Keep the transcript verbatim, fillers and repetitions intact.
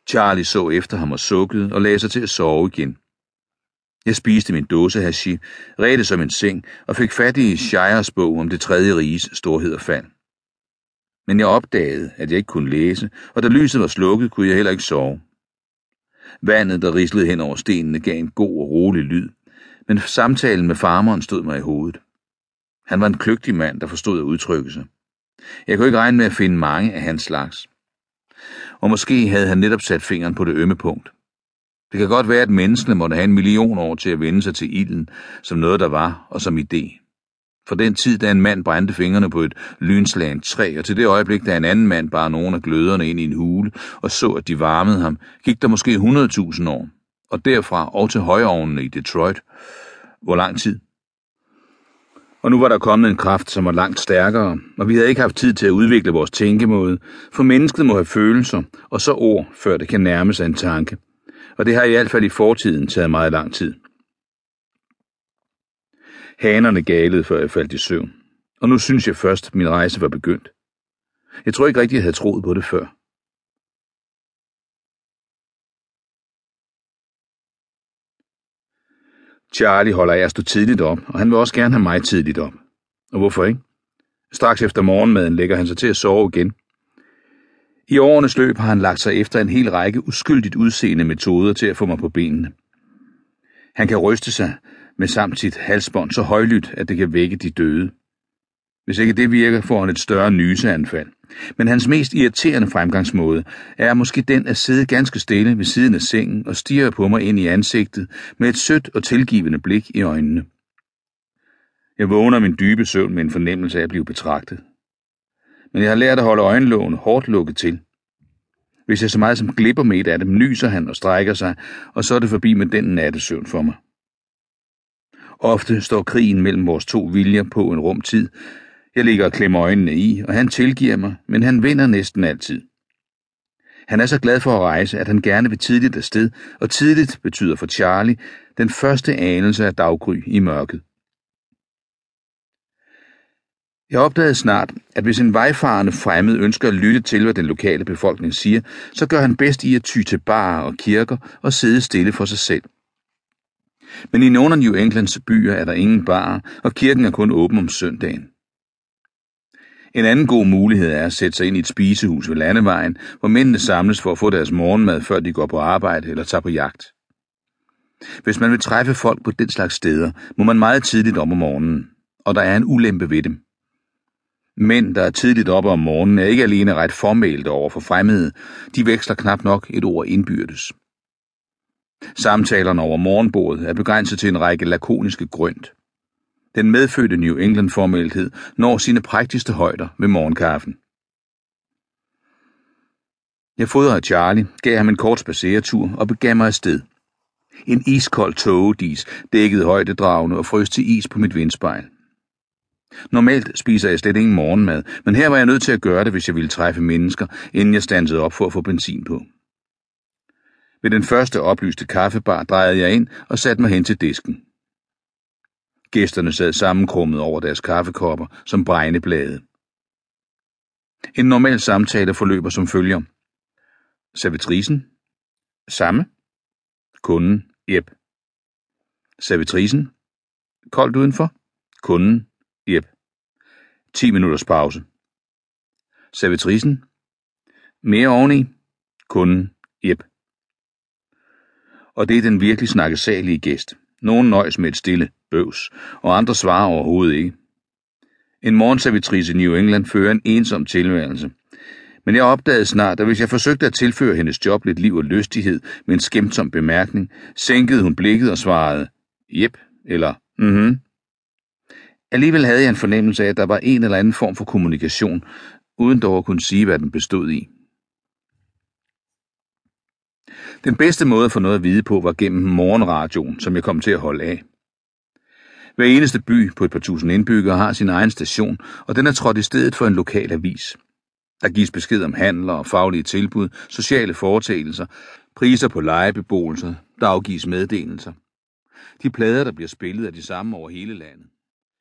Charlie så efter ham og sukkede og lagde sig til at sove igen. Jeg spiste min dåse hashi, redte som en seng og fik fat i Shires bog om det tredje riges storhed og fald. Men jeg opdagede, at jeg ikke kunne læse, og da lyset var slukket, kunne jeg heller ikke sove. Vandet, der rislede hen over stenene, gav en god og rolig lyd, men samtalen med farmeren stod mig i hovedet. Han var en kløgtig mand, der forstod at udtrykke sig. Jeg kunne ikke regne med at finde mange af hans slags. Og måske havde han netop sat fingeren på det ømme punkt. Det kan godt være, at menneskene måtte have en million år til at vende sig til ilden, som noget der var, og som idé. For den tid, da en mand brændte fingrene på et lynslagent træ, og til det øjeblik, da en anden mand bar nogle af gløderne ind i en hule og så, at de varmede ham, gik der måske hundrede tusind år. Og derfra og til højovnene i Detroit. Hvor lang tid? Og nu var der kommet en kraft, som var langt stærkere, og vi havde ikke haft tid til at udvikle vores tænkemåde, for mennesket må have følelser, og så ord, før det kan nærme sig en tanke. Og det har i hvert fald i fortiden taget meget lang tid. Hanerne galede, før jeg faldt i søvn, og nu synes jeg først, at min rejse var begyndt. Jeg tror ikke rigtig, jeg havde troet på det før. Charlie holder af at stå tidligt op, og han vil også gerne have mig tidligt op. Og hvorfor ikke? Straks efter morgenmaden lægger han sig til at sove igen. I årenes løb har han lagt sig efter en hel række uskyldigt udseende metoder til at få mig på benene. Han kan ryste sig med samt sit halsbånd så højlydt, at det kan vække de døde. Hvis ikke det virker, får han et større nyseanfald. Men hans mest irriterende fremgangsmåde er måske den at sidde ganske stille ved siden af sengen og stirre på mig ind i ansigtet med et sødt og tilgivende blik i øjnene. Jeg vågner min dybe søvn med en fornemmelse af at blive betragtet. Men jeg har lært at holde øjenlågene hårdt lukket til. Hvis jeg så meget som glipper med et af dem, nyser han og strækker sig, og så er det forbi med den nattesøvn for mig. Ofte står krigen mellem vores to viljer på en rum tid. Jeg ligger og klemmer øjnene i, og han tilgiver mig, men han vinder næsten altid. Han er så glad for at rejse, at han gerne vil tidligt afsted, og tidligt betyder for Charlie den første anelse af daggry i mørket. Jeg opdagede snart, at hvis en vejfarende fremmed ønsker at lytte til, hvad den lokale befolkning siger, så gør han bedst i at ty til barer og kirker og sidde stille for sig selv. Men i nogle af New Englands byer er der ingen barer, og kirken er kun åben om søndagen. En anden god mulighed er at sætte sig ind i et spisehus ved landevejen, hvor mændene samles for at få deres morgenmad, før de går på arbejde eller tager på jagt. Hvis man vil træffe folk på den slags steder, må man meget tidligt op om morgenen, og der er en ulempe ved dem. Mænd, der er tidligt oppe om morgenen, er ikke alene ret formælte over for fremmede, de veksler knap nok et ord indbyrdes. Samtalerne over morgenbordet er begrænset til en række lakoniske grønt. Den medfødte New England-formælthed når sine prægtigste højder ved morgenkaffen. Jeg fodrede Charlie, gav ham en kort spaceretur og begav mig afsted. En iskold tågedis dækkede højdedragene og frøs til is på mit vindspejl. Normalt spiser jeg slet ingen morgenmad, men her var jeg nødt til at gøre det, hvis jeg ville træffe mennesker, inden jeg standsede op for at få benzin på. Ved den første oplyste kaffebar drejede jeg ind og satte mig hen til disken. Gæsterne sad sammenkrummet over deres kaffekopper som bregneblade. En normal samtale forløber som følger. Servitricen? Samme? Kunden? Jep. Servitricen? Koldt udenfor? Kunden? Jep. ti minutters pause. Servitricen? Mere oveni? Kunden? Jep. Og det er den virkelig snakkesalige gæst. Nogen nøjes med et stille bøvs, og andre svarer overhovedet ikke. En morgenservitrice i New England fører en ensom tilværelse. Men jeg opdagede snart, at hvis jeg forsøgte at tilføre hendes job lidt liv og lystighed med en skæmtsom bemærkning, sænkede hun blikket og svarede, jep, eller mhm. Alligevel havde jeg en fornemmelse af, at der var en eller anden form for kommunikation, uden dog at kunne sige, hvad den bestod i. Den bedste måde at få noget at vide på var gennem morgenradioen, som jeg kom til at holde af. Hver eneste by på et par tusind indbyggere har sin egen station, og den er trådt i stedet for en lokal avis. Der gives besked om handler og faglige tilbud, sociale foretagelser, priser på lejebeboelser, der afgives meddelelser. De plader, der bliver spillet, er de samme over hele landet.